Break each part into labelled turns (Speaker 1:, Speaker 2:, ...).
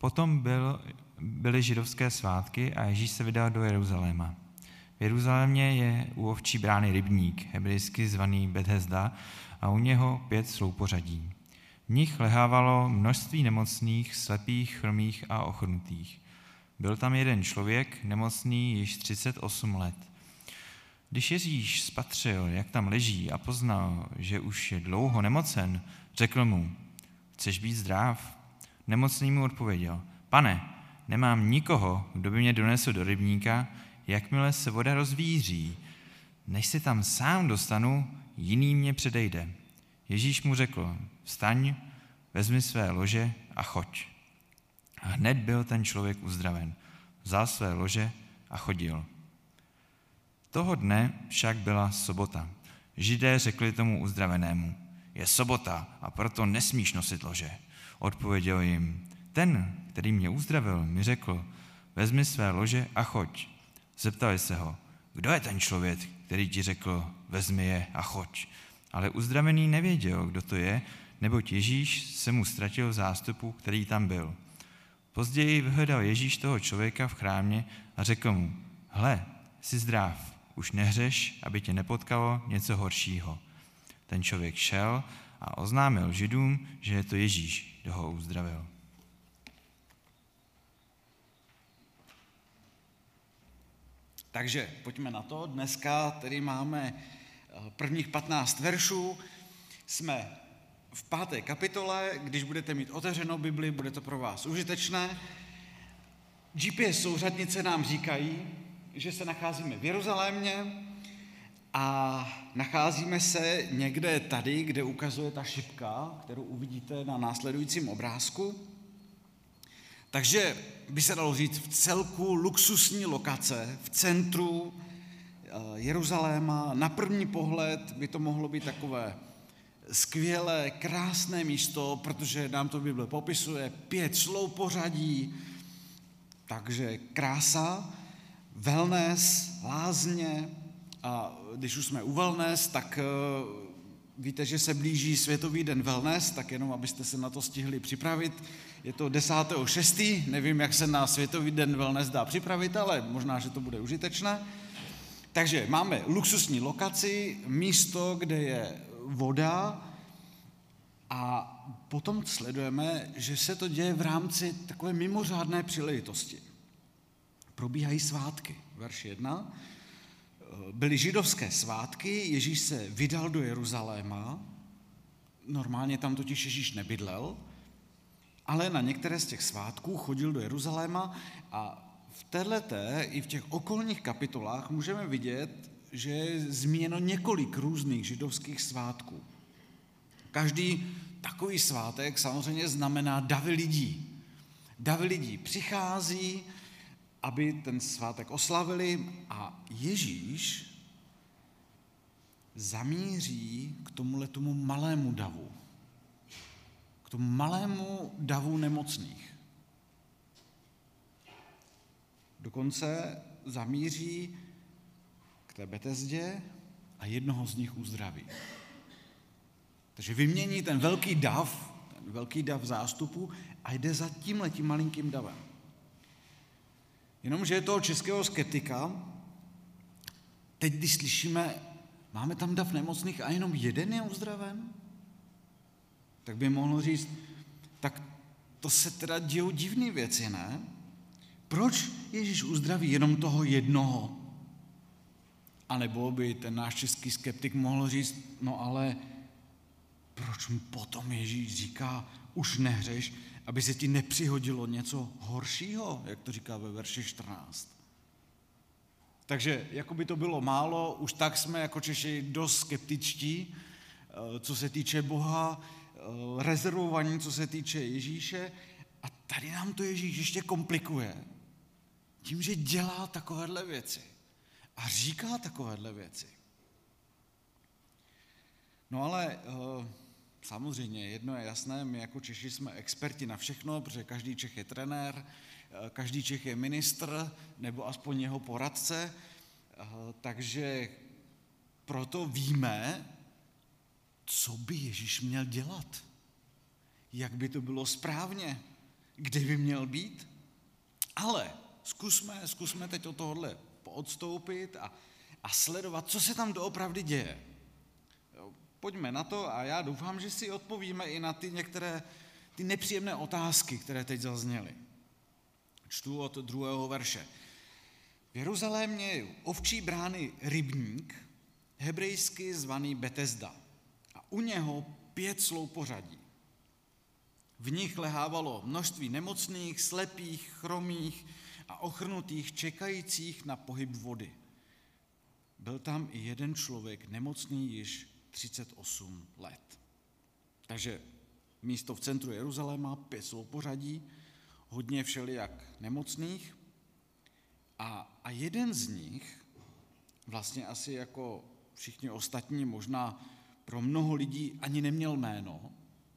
Speaker 1: Potom byly židovské svátky a Ježíš se vydal do Jeruzaléma. V Jeruzalémě je u ovčí brány rybník, hebrejsky zvaný Bethesda, a u něho 5 sloupořadí. V nich lehávalo množství nemocných, slepých, chromých a ochrnutých. Byl tam jeden člověk, nemocný již 38 let. Když Ježíš spatřil, jak tam leží a poznal, že už je dlouho nemocen, řekl mu: Chceš být zdrav? Nemocný mu odpověděl: Pane, nemám nikoho, kdo by mě donesl do rybníka, jakmile se voda rozvíří. Než se tam sám dostanu, jiný mě předejde. Ježíš mu řekl: Vstaň, vezmi své lože a choď. A hned byl ten člověk uzdraven. Vzal své lože a chodil. Toho dne však byla sobota. Židé řekli tomu uzdravenému: Je sobota a proto nesmíš nosit lože. Odpověděl jim: Ten, který mě uzdravil, mi řekl: Vezmi své lože a choď. Zeptali se ho: Kdo je ten člověk, který ti řekl: Vezmi je a choď? Ale uzdravený nevěděl, kdo to je, neboť Ježíš se mu ztratil v zástupu, který tam byl. Později vyhledal Ježíš toho člověka v chrámě a řekl mu: Hle, jsi zdrav, už nehřeš, aby tě nepotkalo něco horšího. Ten člověk šel a oznámil Židům, že je to Ježíš, kdo ho uzdravil.
Speaker 2: Takže pojďme na to. Dneska tedy máme prvních 15 veršů. Jsme v 5. kapitole. Když budete mít otevřenou Bibli, bude to pro vás užitečné. GPS souřadnice nám říkají, že se nacházíme v Jeruzalémě a nacházíme se někde tady, kde ukazuje ta šipka, kterou uvidíte na následujícím obrázku. Takže by se dalo říct v celku luxusní lokace v centru Jeruzaléma. Na první pohled by to mohlo být takové skvělé, krásné místo, protože nám to Bible popisuje 5 sloupořadí, takže krása, wellness, lázně. A když už jsme u wellness, tak víte, že se blíží Světový den wellness, tak jenom abyste se na to stihli připravit. Je to 10.6., nevím, jak se na Světový den wellness dá připravit, ale možná, že to bude užitečné. Takže máme luxusní lokaci, místo, kde je voda a potom sledujeme, že se to děje v rámci takové mimořádné příležitosti. Probíhají svátky. Verš 1. Byly židovské svátky, Ježíš se vydal do Jeruzaléma, normálně tam totiž Ježíš nebydlel, ale na některé z těch svátků chodil do Jeruzaléma a v téhleté i v těch okolních kapitolách můžeme vidět, že je zmíněno několik různých židovských svátků. Každý takový svátek samozřejmě znamená davy lidí. Davy lidí přichází, aby ten svátek oslavili a Ježíš zamíří k tomuhletomu malému davu. K tomu malému davu nemocných. Dokonce zamíří k té Betesdě a jednoho z nich uzdraví. Takže vymění ten velký dav zástupu a jde za tímhletím malinkým davem. Jenomže toho českého skeptika, teď když slyšíme, máme tam dav nemocných a jenom jeden je uzdraven, tak by mohl říct, tak to se teda dějou divné věci, ne? Proč Ježíš uzdraví jenom toho jednoho? A nebo by ten náš český skeptik mohl říct, no ale proč mu potom Ježíš říká, už nehřeš, aby se ti nepřihodilo něco horšího, jak to říká ve verši 14. Takže jako by to bylo málo, už tak jsme jako Češi dost skeptičtí, co se týče Boha, rezervovaní, co se týče Ježíše. A tady nám to Ježíš ještě komplikuje tím, že dělá takovéhle věci a říká takovéhle věci. No ale samozřejmě jedno je jasné, my jako Češi jsme experti na všechno, protože každý Čech je trenér, každý Čech je ministr nebo aspoň jeho poradce, takže proto víme, co by Ježíš měl dělat, jak by to bylo správně, kde by měl být. Ale zkusme teď od tohohle poodstoupit a sledovat, co se tam doopravdy děje. Jo, pojďme na to a já doufám, že si odpovíme i na ty některé ty nepříjemné otázky, které teď zazněly. Čtu od 2. verše. V Jeruzalémě je ovčí brány rybník, hebrejsky zvaný Betesda. A u něho 5 sloupořadí. V nich lehávalo množství nemocných, slepých, chromých a ochrnutých, čekajících na pohyb vody. Byl tam i jeden člověk nemocný již 38 let. Takže místo v centru Jeruzaléma, 5 sloupořadí, hodně všelijak nemocných a jeden z nich, vlastně asi jako všichni ostatní, možná pro mnoho lidí ani neměl jméno.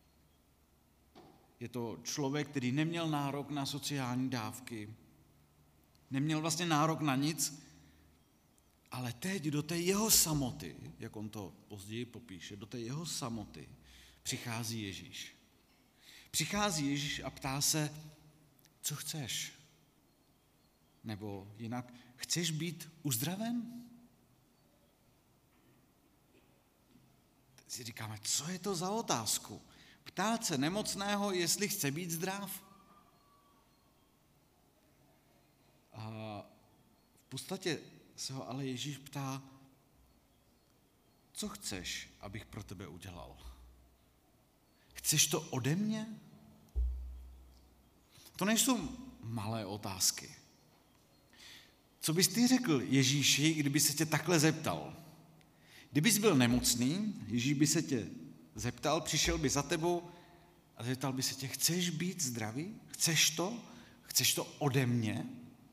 Speaker 2: Je to člověk, který neměl nárok na sociální dávky, neměl vlastně nárok na nic, ale teď do té jeho samoty, jak on to později popíše, do té jeho samoty přichází Ježíš. Přichází Ježíš a ptá se, co chceš? Nebo jinak, chceš být uzdraven? Teď si říkáme, co je to za otázku? Ptát se nemocného, jestli chce být zdrav. A v podstatě se ho ale Ježíš ptá, co chceš, abych pro tebe udělal? Chceš to ode mě? To nejsou malé otázky. Co bys ty řekl Ježíši, kdyby se tě takhle zeptal? Kdybys byl nemocný, Ježíš by se tě zeptal, přišel by za tebou a zeptal by se tě, chceš být zdravý? Chceš to? Chceš to ode mě?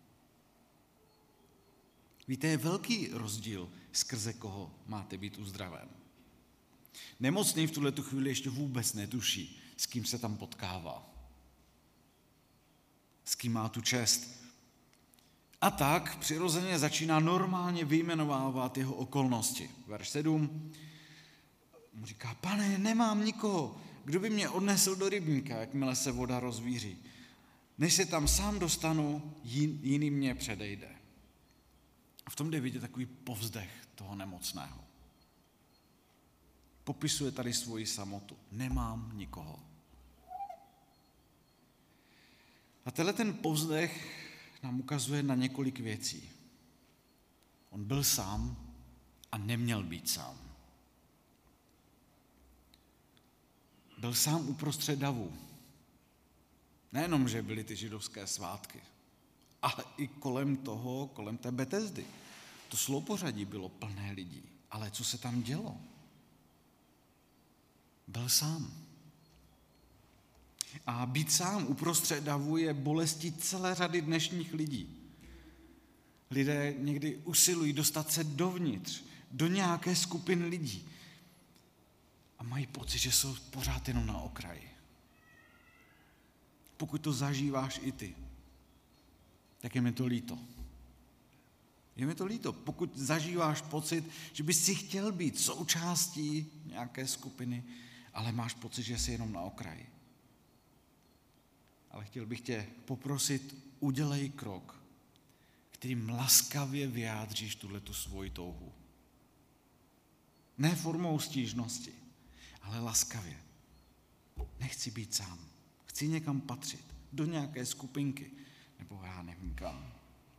Speaker 2: Víte, je velký rozdíl, skrze koho máte být uzdraven. Nemocný v tuhletu chvíli ještě vůbec netuší, s kým se tam potkává. S kým má tu čest. A tak přirozeně začíná normálně vyjmenovávat jeho okolnosti. Verš 7 mu říká, pane, nemám nikoho, kdo by mě odnesl do rybníka, jakmile se voda rozvíří. Než se tam sám dostanu, jiný mě předejde. A v tom jde vidět takový povzdech toho nemocného. Popisuje tady svoji samotu. Nemám nikoho. A tenhle ten povzdech nám ukazuje na několik věcí. On byl sám a neměl být sám. Byl sám uprostřed davu. Nejenom, že byly ty židovské svátky, ale i kolem té Betesdy. To sloupořadí bylo plné lidí. Ale co se tam dělo? Byl sám. A být sám uprostřed davu je bolestí celé řady dnešních lidí. Lidé někdy usilují dostat se dovnitř, do nějaké skupiny lidí. A mají pocit, že jsou pořád jenom na okraji. Pokud to zažíváš i ty, tak je mi to líto. Je mi to líto, pokud zažíváš pocit, že bys si chtěl být součástí nějaké skupiny, ale máš pocit, že jsi jenom na okraji. Ale chtěl bych tě poprosit, udělej krok, kterým laskavě vyjádříš tuhletu svoji touhu. Ne formou stížnosti, ale laskavě. Nechci být sám. Chci někam patřit, do nějaké skupinky, nebo já nevím kam.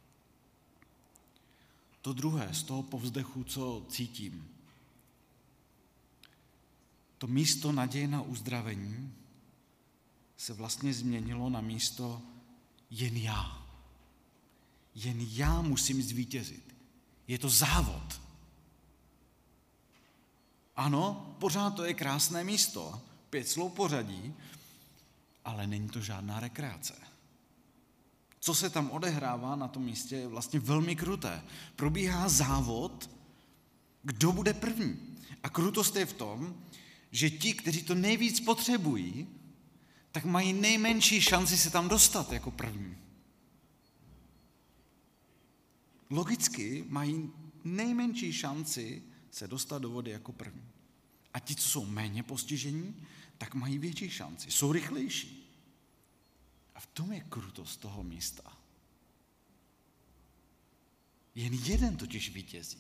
Speaker 2: To druhé, z toho povzdechu, co cítím. To místo naděje na uzdravení se vlastně změnilo na místo jen já. Jen já musím zvítězit. Je to závod. Ano, pořád to je krásné místo, 5 sloupořadí, ale není to žádná rekreace. Co se tam odehrává na tom místě, je vlastně velmi kruté. Probíhá závod, kdo bude první. A krutost je v tom, že ti, kteří to nejvíc potřebují, tak mají nejmenší šanci se tam dostat jako první. Logicky mají nejmenší šanci se dostat do vody jako první. A ti, co jsou méně postižení, tak mají větší šanci, jsou rychlejší. A v tom je krutost toho místa. Jen jeden totiž vítězí.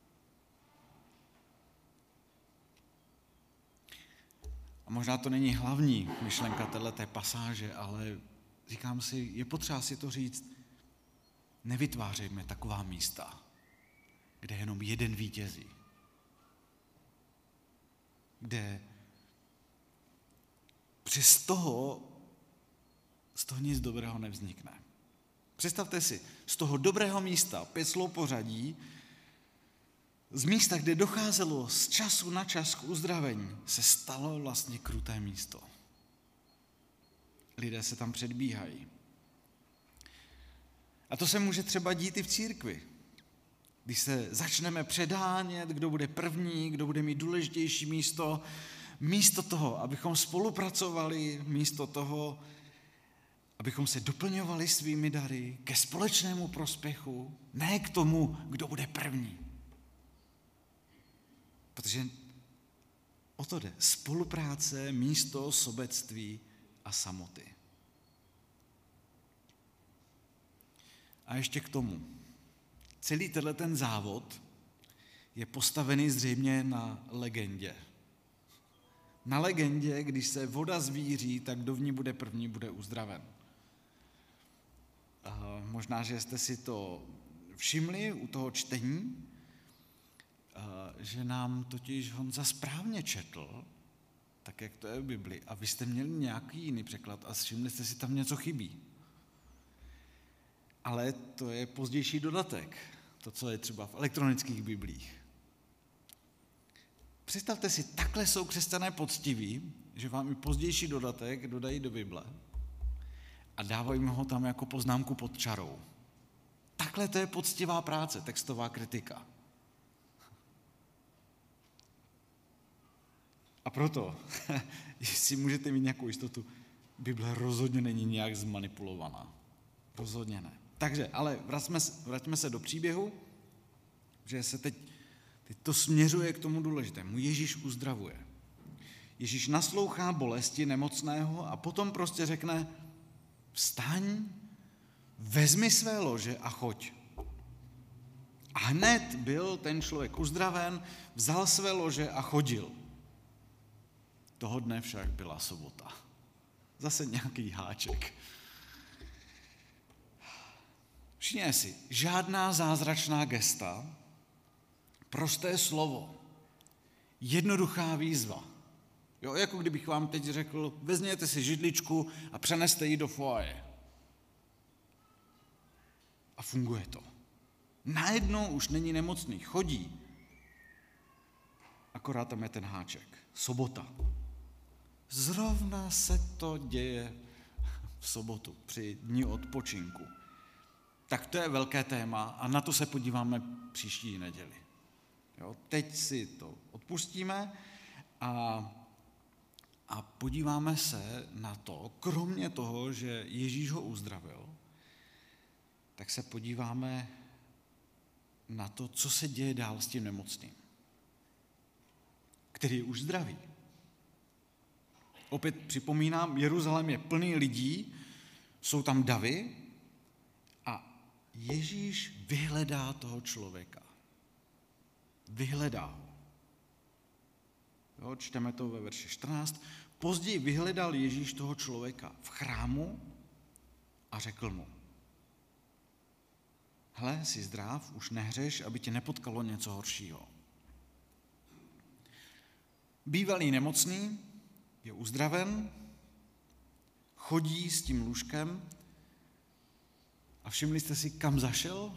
Speaker 2: A možná to není hlavní myšlenka téhleté pasáže, ale říkám si, je potřeba si to říct, nevytvářejme taková místa, kde jenom jeden vítězí. Kde z toho nic dobrého nevznikne. Představte si, z toho dobrého místa, 5 sloupořadí, z místa, kde docházelo z času na čas k uzdravení, se stalo vlastně kruté místo. Lidé se tam předbíhají. A to se může třeba dít i v církvi. Když se začneme předhánět, kdo bude první, kdo bude mít důležitější místo toho, abychom spolupracovali, místo toho, abychom se doplňovali svými dary ke společnému prospěchu, ne k tomu, kdo bude první. Protože o to jde. Spolupráce místo sobectví a samoty. A ještě k tomu. Celý ten závod je postavený zřejmě na legendě. Na legendě, když se voda zvíří, tak kdo v ní bude první, bude uzdraven. Možná, že jste si to všimli u toho čtení, že nám totiž Honza správně četl, tak jak to je v Bibli, a vy jste měli nějaký jiný překlad a všimli jste si tam něco chybí. Ale to je pozdější dodatek, to, co je třeba v elektronických biblích. Představte si, takhle jsou křesťané poctiví, že vám i pozdější dodatek dodají do Bible a dávají ho tam jako poznámku pod čarou. Takhle to je poctivá práce, textová kritika. A proto, jestli můžete mít nějakou jistotu, Bible rozhodně není nějak zmanipulovaná. Rozhodně ne. Takže, ale vraťme se do příběhu, že se teď to směřuje k tomu důležitému. Ježíš uzdravuje. Ježíš naslouchá bolesti nemocného a potom prostě řekne, vstaň, vezmi své lože a choď. A hned byl ten člověk uzdraven, vzal své lože a chodil. Toho dne však byla sobota. Zase nějaký háček. Všimněte si, žádná zázračná gesta, prosté slovo, jednoduchá výzva. Jo, jako kdybych vám teď řekl, vezměte si židličku a přeneste ji do foaje. A funguje to. Najednou už není nemocný, chodí. Akorát tam je ten háček. Sobota. Zrovna se to děje v sobotu, při dni odpočinku. Tak to je velké téma a na to se podíváme příští neděli. Jo, teď si to odpustíme a podíváme se na to, kromě toho, že Ježíš ho uzdravil, tak se podíváme na to, co se děje dál s tím nemocným, který je už zdravý. Opět připomínám, Jeruzalém je plný lidí, jsou tam davy a Ježíš vyhledá toho člověka. Vyhledá ho. Jo, čteme to ve verši 14. Později vyhledal Ježíš toho člověka v chrámu a řekl mu, hle, jsi zdrav, už nehřeš, aby tě nepotkalo něco horšího. Bývalý nemocný je uzdraven, chodí s tím lůžkem a všimli jste si, kam zašel?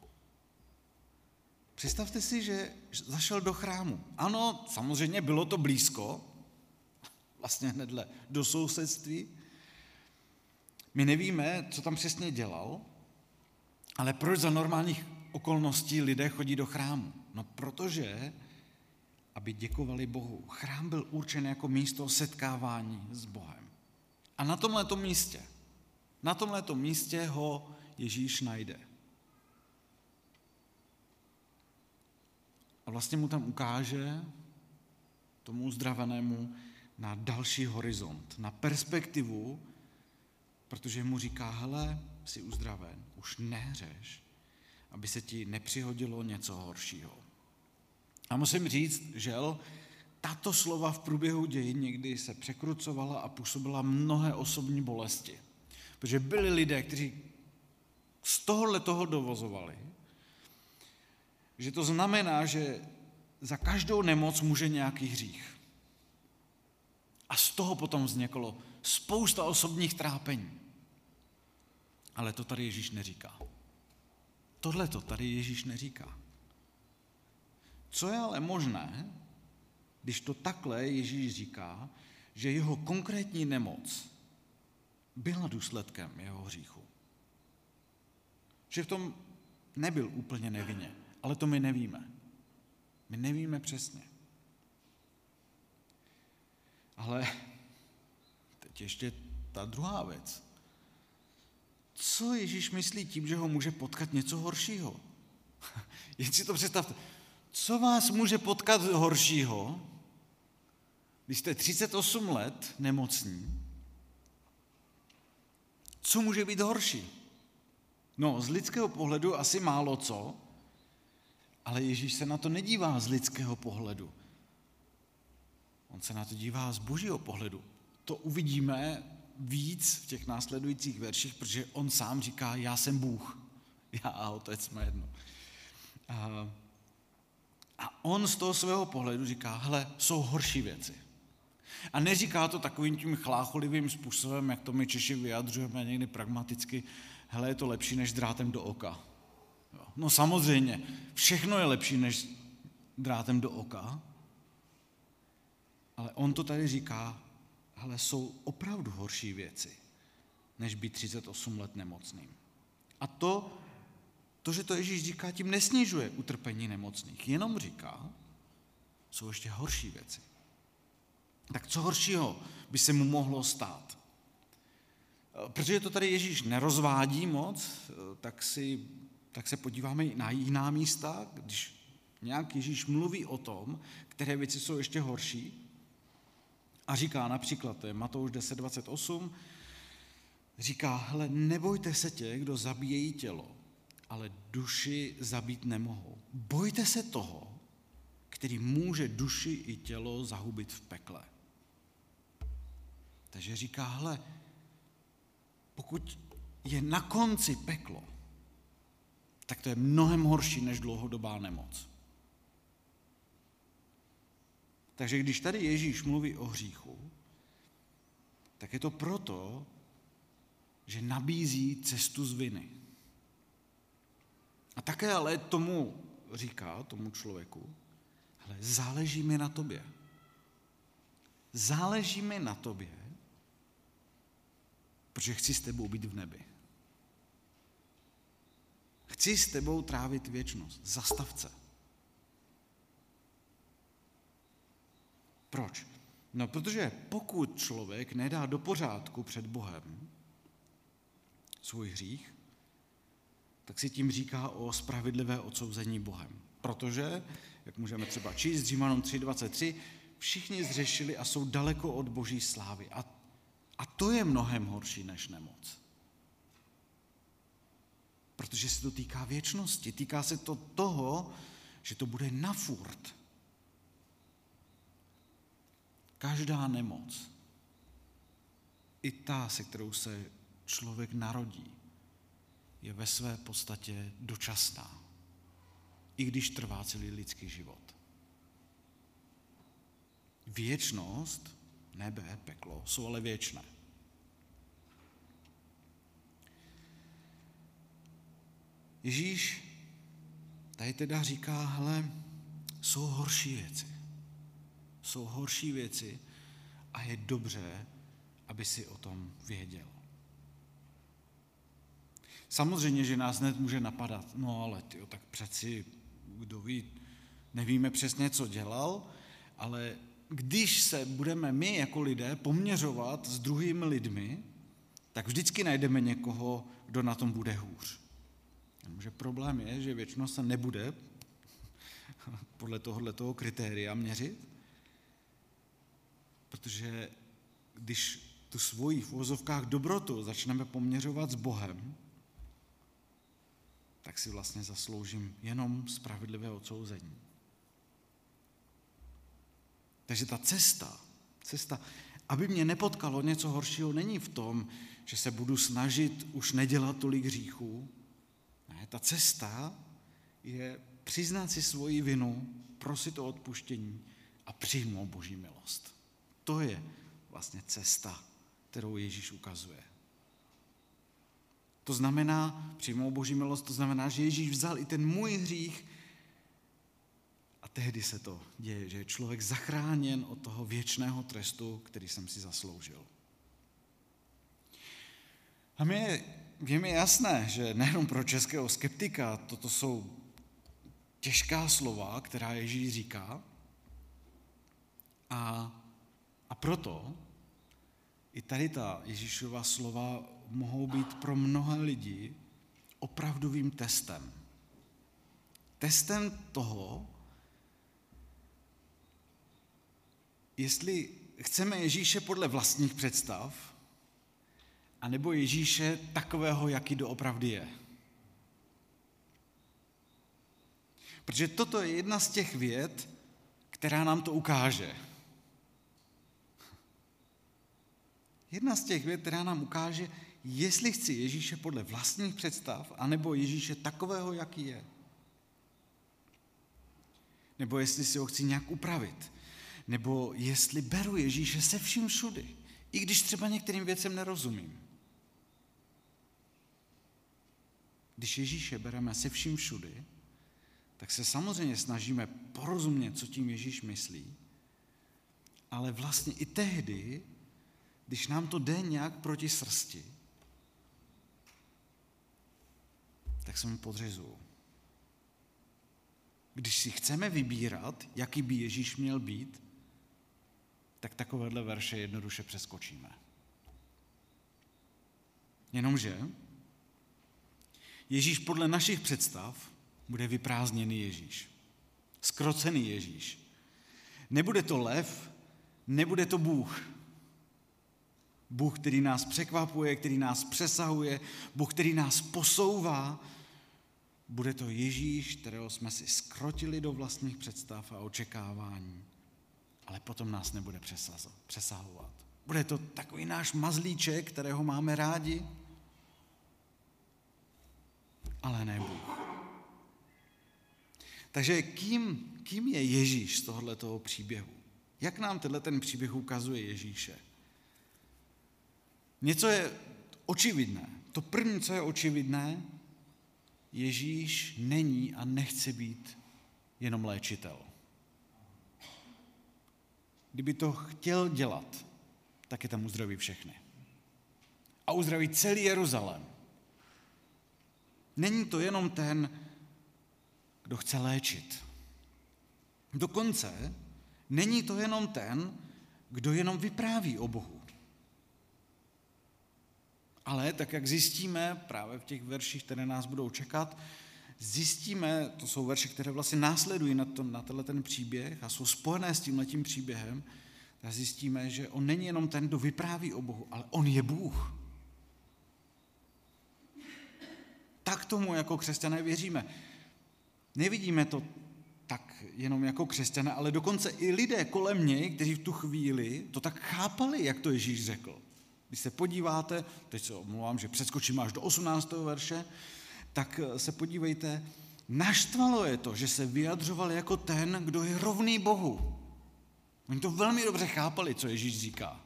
Speaker 2: Představte si, že zašel do chrámu. Ano, samozřejmě bylo to blízko, vlastně hnedle do sousedství. My nevíme, co tam přesně dělal, ale proč za normálních okolností lidé chodí do chrámu? No protože, aby děkovali Bohu. Chrám byl určen jako místo setkávání s Bohem. A na tomhletom místě ho Ježíš najde. A vlastně mu tam ukáže, tomu uzdravenému, na další horizont, na perspektivu, protože mu říká, hele, jsi uzdraven, už nehřeš, aby se ti nepřihodilo něco horšího. A musím říct, že tato slova v průběhu dějin někdy se překrucovala a působila mnohé osobní bolesti. Protože byli lidé, kteří z toho dovozovali, že to znamená, že za každou nemoc může nějaký hřích. A z toho potom vzniklo spousta osobních trápení. Ale to tady Ježíš neříká. Tohle to tady Ježíš neříká. Co je ale možné, když to takhle Ježíš říká, že jeho konkrétní nemoc byla důsledkem jeho hříchu. Že v tom nebyl úplně nevinně, ale to my nevíme. My nevíme přesně. Ale teď ještě ta druhá věc. Co Ježíš myslí tím, že ho může potkat něco horšího? Jen si to představte. Co vás může potkat horšího, když jste 38 let nemocní? Co může být horší? No, z lidského pohledu asi málo co, ale Ježíš se na to nedívá z lidského pohledu. On se na to dívá z božího pohledu. To uvidíme víc v těch následujících verších, protože on sám říká, já jsem Bůh. Já a Otec jsme jedno. A on z toho svého pohledu říká, hele, jsou horší věci. A neříká to takovým tím chlácholivým způsobem, jak to my Češi vyjadřujeme někdy pragmaticky, hele, je to lepší než drátem do oka. No samozřejmě, všechno je lepší než drátem do oka, ale on to tady říká, hele, jsou opravdu horší věci, než být 38 let nemocným. A to, že to Ježíš říká, tím nesnižuje utrpení nemocných, jenom říká, jsou ještě horší věci. Tak co horšího by se mu mohlo stát? Protože to tady Ježíš nerozvádí moc, tak se podíváme i na jiná místa, když nějak Ježíš mluví o tom, které věci jsou ještě horší. A říká například, to je Matouš 10:28, říká, hele, nebojte se těch, kdo zabíjejí tělo, ale duši zabít nemohou. Bojte se toho, který může duši i tělo zahubit v pekle. Takže říká, hele, pokud je na konci peklo, tak to je mnohem horší než dlouhodobá nemoc. Takže když tady Ježíš mluví o hříchu, tak je to proto, že nabízí cestu z viny. A také ale tomu říká, tomu člověku, hele, záleží mi na tobě. Záleží mi na tobě, protože chci s tebou být v nebi. Chci s tebou trávit věčnost. Zastav se. Proč? No, protože pokud člověk nedá do pořádku před Bohem svůj hřích, tak si tím říká o spravedlivé odsouzení Bohem. Protože, jak můžeme třeba číst Římanům 3:23, všichni zřešili a jsou daleko od boží slávy. A to je mnohem horší než nemoc. Protože se to týká věčnosti. Týká se to toho, že to bude na furt. Každá nemoc, i ta, se kterou se člověk narodí, je ve své podstatě dočasná, i když trvá celý lidský život. Věčnost, nebe, peklo, jsou ale věčné. Ježíš tady teda říká, hele, jsou horší věci. Jsou horší věci a je dobře, aby si o tom věděl. Samozřejmě, že nás hned může napadat, no ale tyjo, tak přeci, kdo ví, nevíme přesně, co dělal, ale když se budeme my jako lidé poměřovat s druhými lidmi, tak vždycky najdeme někoho, kdo na tom bude hůř. Jenomže problém je, že většinou se nebude podle tohoto kritéria měřit, protože když tu svoji v uvozovkách dobrotu začneme poměřovat s Bohem, tak si vlastně zasloužím jenom spravedlivé odsouzení. Takže ta cesta, aby mě nepotkalo něco horšího, není v tom, že se budu snažit už nedělat tolik hříchů. Ne, ta cesta je přiznat si svoji vinu, prosit o odpuštění a přijmout Boží milost. To je vlastně cesta, kterou Ježíš ukazuje. To znamená, přijmout Boží milost, to znamená, že Ježíš vzal i ten můj hřích a tehdy se to děje, že je člověk zachráněn od toho věčného trestu, který jsem si zasloužil. A je mi jasné, že nejenom pro českého skeptika toto jsou těžká slova, která Ježíš říká, a proto i tady ta Ježíšova slova mohou být pro mnohé lidi opravdovým testem. Testem toho, jestli chceme Ježíše podle vlastních představ, anebo Ježíše takového, jaký doopravdy je. Protože toto je jedna z těch vět, která nám to ukáže. Jedna z těch vět, která nám ukáže, jestli chci Ježíše podle vlastních představ, anebo Ježíše takového, jaký je. Nebo jestli si ho chci nějak upravit. Nebo jestli beru Ježíše se vším všudy, i když třeba některým věcem nerozumím. Když Ježíše bereme se vším všudy, tak se samozřejmě snažíme porozumět, co tím Ježíš myslí, ale vlastně i tehdy, když nám to jde nějak proti srsti, tak se mu podřizuju. Když si chceme vybírat, jaký by Ježíš měl být, tak takovéhle verše jednoduše přeskočíme. Jenomže Ježíš podle našich představ bude vyprázdněný Ježíš, zkrocený Ježíš. Nebude to lev, nebude to Bůh. Bůh, který nás překvapuje, který nás přesahuje, Bůh, který nás posouvá. Bude to Ježíš, kterého jsme si zkrotili do vlastních představ a očekávání, ale potom nás nebude přesahovat. Bude to takový náš mazlíček, kterého máme rádi, ale ne Bůh. Takže kým je Ježíš z tohoto příběhu? Jak nám ten příběh ukazuje Ježíše? Něco je očividné. To první, co je očividné, Ježíš není a nechce být jenom léčitel. Kdyby to chtěl dělat, tak je tam uzdraví všechny. A uzdraví celý Jeruzalém. Není to jenom ten, kdo chce léčit. Dokonce není to jenom ten, kdo jenom vypráví o Bohu. Ale tak, jak zjistíme právě v těch verších, které nás budou čekat, zjistíme, to jsou verše, které vlastně následují na ten příběh a jsou spojené s tímhletím příběhem, tak zjistíme, že on není jenom ten, kdo vypráví o Bohu, ale on je Bůh. Tak tomu jako křesťané věříme. Nevidíme to tak jenom jako křesťané, ale dokonce i lidé kolem něj, kteří v tu chvíli to tak chápali, jak to Ježíš řekl. Když se podíváte, teď se omlouvám, že přeskočím až do 18. verše, tak se podívejte, naštvalo je to, že se vyjadřoval jako ten, kdo je rovný Bohu. Oni to velmi dobře chápali, co Ježíš říká.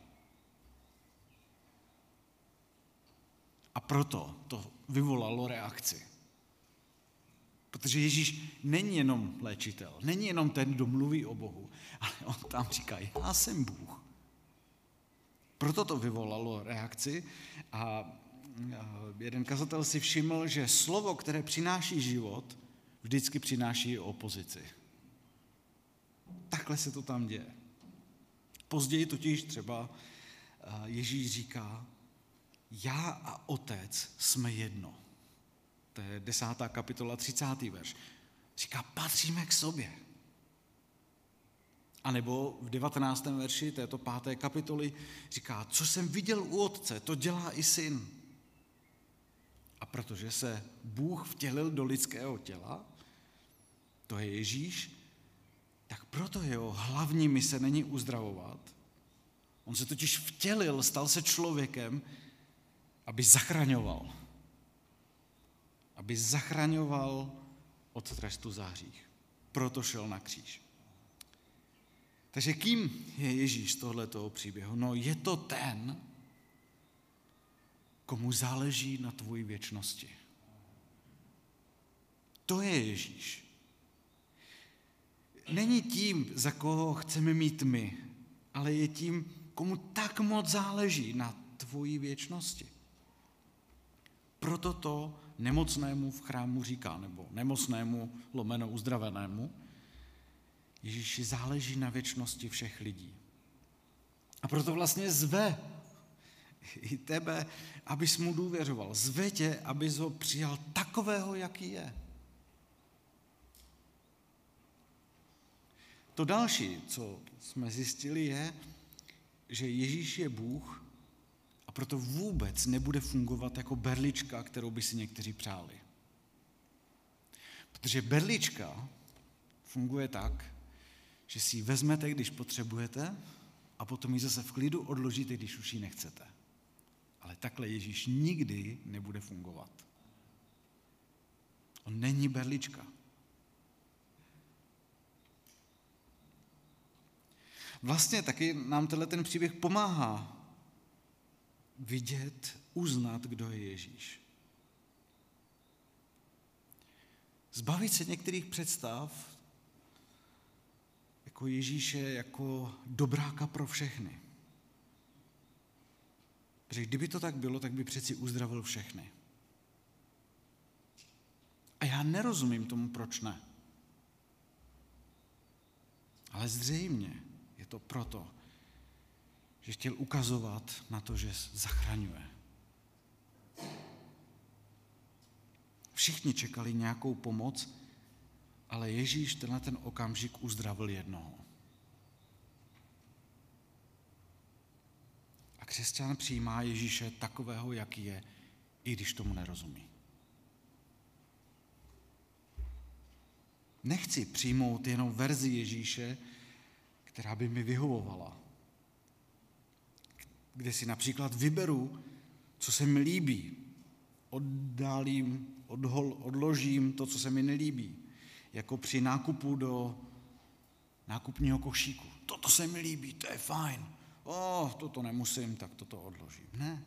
Speaker 2: A proto to vyvolalo reakci. Protože Ježíš není jenom léčitel, není jenom ten, kdo mluví o Bohu, ale on tam říká, já jsem Bůh. Proto to vyvolalo reakci a jeden kazatel si všiml, že slovo, které přináší život, vždycky přináší opozici. Takhle se to tam děje. Později totiž třeba Ježíš říká, já a Otec jsme jedno. To je 10. kapitola 30. verš. Říká, patříme k sobě. A nebo v 19. verši této 5. kapitoly říká, co jsem viděl u otce, to dělá i syn. A protože se Bůh vtělil do lidského těla, to je Ježíš, tak proto jeho hlavní mise není uzdravovat. On se totiž vtělil, stal se člověkem, aby zachraňoval. Aby zachraňoval od trestu za hřích. Proto šel na kříž. Takže kým je Ježíš z tohletoho příběhu? No je to ten, komu záleží na tvojí věčnosti. To je Ježíš. Není tím, za koho chceme mít my, ale je tím, komu tak moc záleží na tvojí věčnosti. Proto to nemocnému v chrámu říká, nebo nemocnému lomeno uzdravenému, Ježíši záleží na věčnosti všech lidí. A proto vlastně zve i tebe, abys mu důvěřoval. Zve tě, abys ho přijal takového, jaký je. To další, co jsme zjistili, je, že Ježíš je Bůh a proto vůbec nebude fungovat jako berlička, kterou by si někteří přáli. Protože berlička funguje tak, že si ji vezmete, když potřebujete, a potom ji zase v klidu odložíte, když už ji nechcete. Ale takhle Ježíš nikdy nebude fungovat. On není berlička. Vlastně taky nám ten příběh pomáhá vidět, uznat, kdo je Ježíš. Zbavit se některých představ jako Ježíše, jako dobráka pro všechny. Protože kdyby to tak bylo, tak by přeci uzdravil všechny. A já nerozumím tomu, proč ne. Ale zřejmě je to proto, že chtěl ukazovat na to, že zachraňuje. Všichni čekali nějakou pomoc, ale Ježíš ten okamžik uzdravil jednoho. A křesťan přijímá Ježíše takového, jaký je, i když tomu nerozumí. Nechci přijmout jenom verzi Ježíše, která by mi vyhovovala. Kde si například vyberu, co se mi líbí. Odložím to, co se mi nelíbí. Jako při nákupu do nákupního košíku. Toto se mi líbí, to je fajn. Toto nemusím, tak toto odložím. Ne.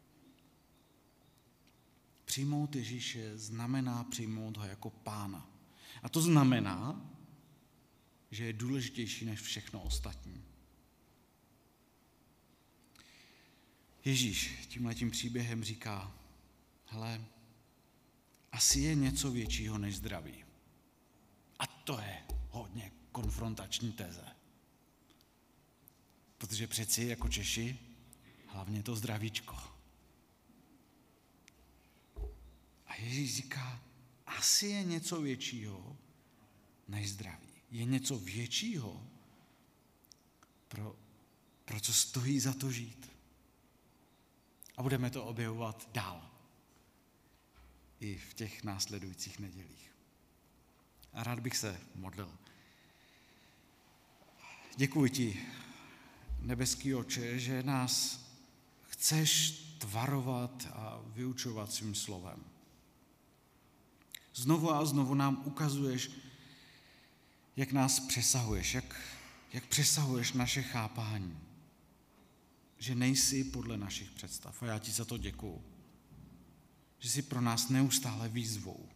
Speaker 2: Přijmout Ježíše znamená přijmout ho jako pána. A to znamená, že je důležitější než všechno ostatní. Ježíš tímhletím příběhem říká, hele, asi je něco většího než zdraví. A to je hodně konfrontační teze. Protože přeci jako Češi, hlavně to zdravíčko. A Ježíš říká, asi je něco většího než zdraví. Je něco většího, pro co stojí za to žít. A budeme to objevovat dál. I v těch následujících nedělích. A rád bych se modlil. Děkuji ti, nebeský Otče, že nás chceš tvarovat a vyučovat svým slovem. Znovu a znovu nám ukazuješ, jak nás přesahuješ, jak přesahuješ naše chápání. Že nejsi podle našich představ. A já ti za to děkuju. Že jsi pro nás neustále výzvou.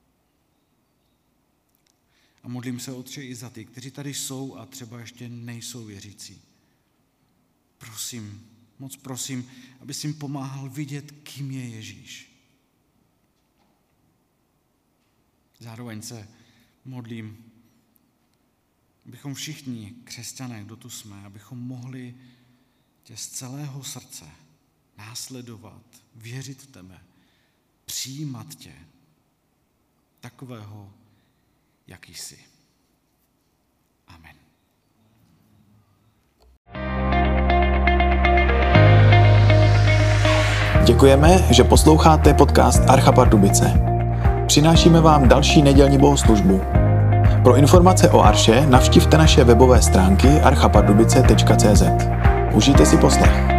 Speaker 2: A modlím se, Otče, i za ty, kteří tady jsou a třeba ještě nejsou věřící. Prosím, moc prosím, abys jim pomáhal vidět, kým je Ježíš. Zároveň se modlím, abychom všichni křesťané, kdo tu jsme, abychom mohli tě z celého srdce následovat, věřit v tebe, přijímat tě takového, jaký jsi. Amen.
Speaker 3: Děkujeme, že posloucháte podcast Archa Pardubice. Přinášíme vám další nedělní bohoslužbu. Pro informace o Arše navštivte naše webové stránky archapardubice.cz. Užijte si poslech.